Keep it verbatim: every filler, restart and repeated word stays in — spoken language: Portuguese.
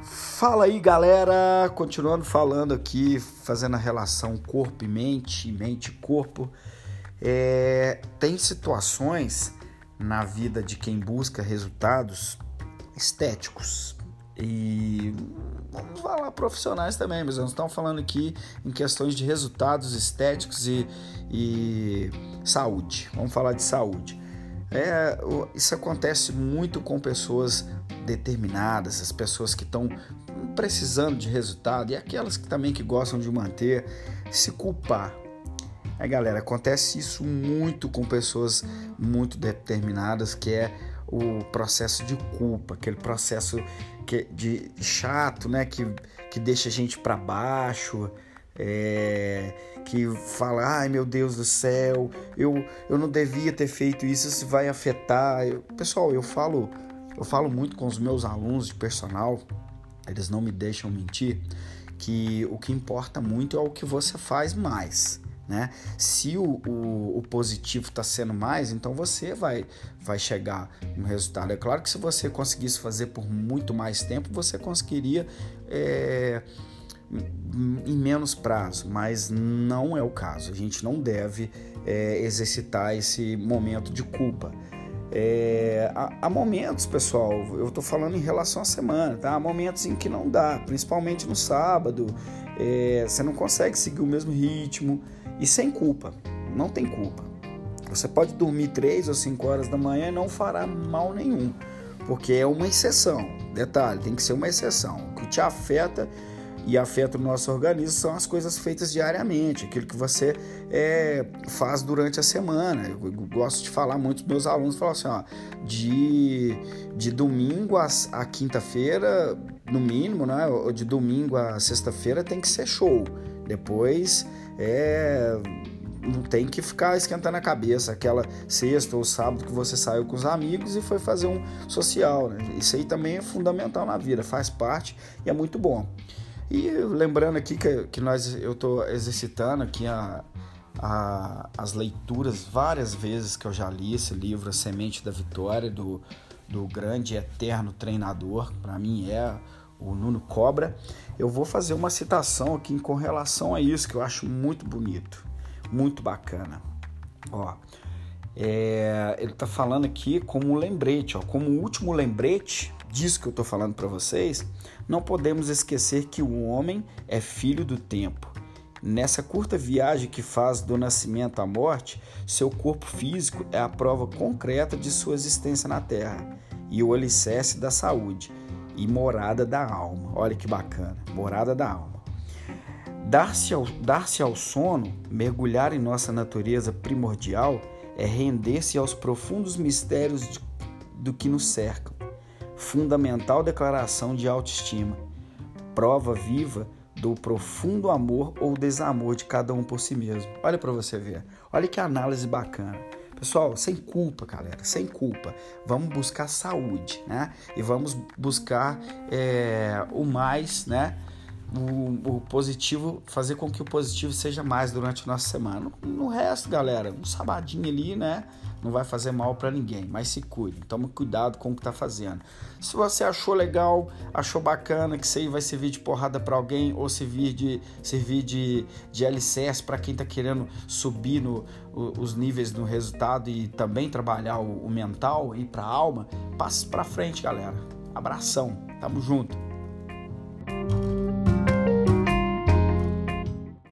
Fala aí, galera, continuando falando aqui, fazendo a relação corpo e mente, mente e corpo. É, tem situações na vida de quem busca resultados estéticos e vamos falar profissionais também, mas nós estamos falando aqui em questões de resultados estéticos e, e saúde. Vamos falar de saúde. É, isso acontece muito com pessoas determinadas, as pessoas que estão precisando de resultado e aquelas que também que gostam de manter, se culpar. É, galera, acontece isso muito com pessoas muito determinadas, que é o processo de culpa, aquele processo que, de chato, né, que, que deixa a gente para baixo, é, que fala, ai meu Deus do céu, eu, eu não devia ter feito isso, isso vai afetar. Eu, pessoal, eu falo, eu falo muito com os meus alunos de personal, eles não me deixam mentir, que o que importa muito é o que você faz mais. Né? Se o, o, o positivo está sendo mais, então você vai, vai chegar no resultado. É claro que se você conseguisse fazer por muito mais tempo, você conseguiria é, em menos prazo, mas não é o caso. A gente não deve é, exercitar esse momento de culpa. É, há, há momentos, pessoal, eu estou falando em relação à semana, tá? Há momentos em que não dá, principalmente no sábado, é, você não consegue seguir o mesmo ritmo. E sem culpa, não tem culpa. Você pode dormir três ou cinco horas da manhã e não fará mal nenhum, porque é uma exceção. Detalhe, tem que ser uma exceção. O que te afeta e afeta o nosso organismo são as coisas feitas diariamente, aquilo que você é, faz durante a semana. Eu gosto de falar muito para os meus alunos, falar assim, ó, de, de domingo a, a quinta-feira, no mínimo, né, ou de domingo a sexta-feira tem que ser show. Depois é, não tem que ficar esquentando a cabeça aquela sexta ou sábado que você saiu com os amigos e foi fazer um social, né? Isso aí também é fundamental na vida, faz parte e é muito bom. E lembrando aqui que, que nós, eu estou exercitando aqui a, a, as leituras várias vezes que eu já li esse livro, A Semente da Vitória, do, do grande e eterno treinador, para mim é o Nuno Cobra. Eu vou fazer uma citação aqui com relação a isso, que eu acho muito bonito, muito bacana. Ó, é, ele está falando aqui como um lembrete, ó, como um último lembrete disso que eu estou falando para vocês, não podemos esquecer que o homem é filho do tempo. Nessa curta viagem que faz do nascimento à morte, seu corpo físico é a prova concreta de sua existência na Terra e o alicerce da saúde e morada da alma. Olha que bacana, morada da alma. Dar-se ao, dar-se ao sono, mergulhar em nossa natureza primordial, é render-se aos profundos mistérios de, do que nos cercam. Fundamental declaração de autoestima, prova viva do profundo amor ou desamor de cada um por si mesmo. Olha para você ver, olha que análise bacana. Pessoal, sem culpa, galera, sem culpa. Vamos buscar saúde, né? E vamos buscar é, o mais, né? O, o positivo, fazer com que o positivo seja mais durante a nossa semana. No resto, galera, um sabadinho ali, né? Não vai fazer mal para ninguém, mas se cuide, tome cuidado com o que tá fazendo. Se você achou legal, achou bacana, que isso aí vai servir de porrada para alguém ou servir de, servir de, de alicerce para quem tá querendo subir no, os níveis no resultado e também trabalhar o, o mental e para a alma, passe para frente, galera. Abração, tamo junto.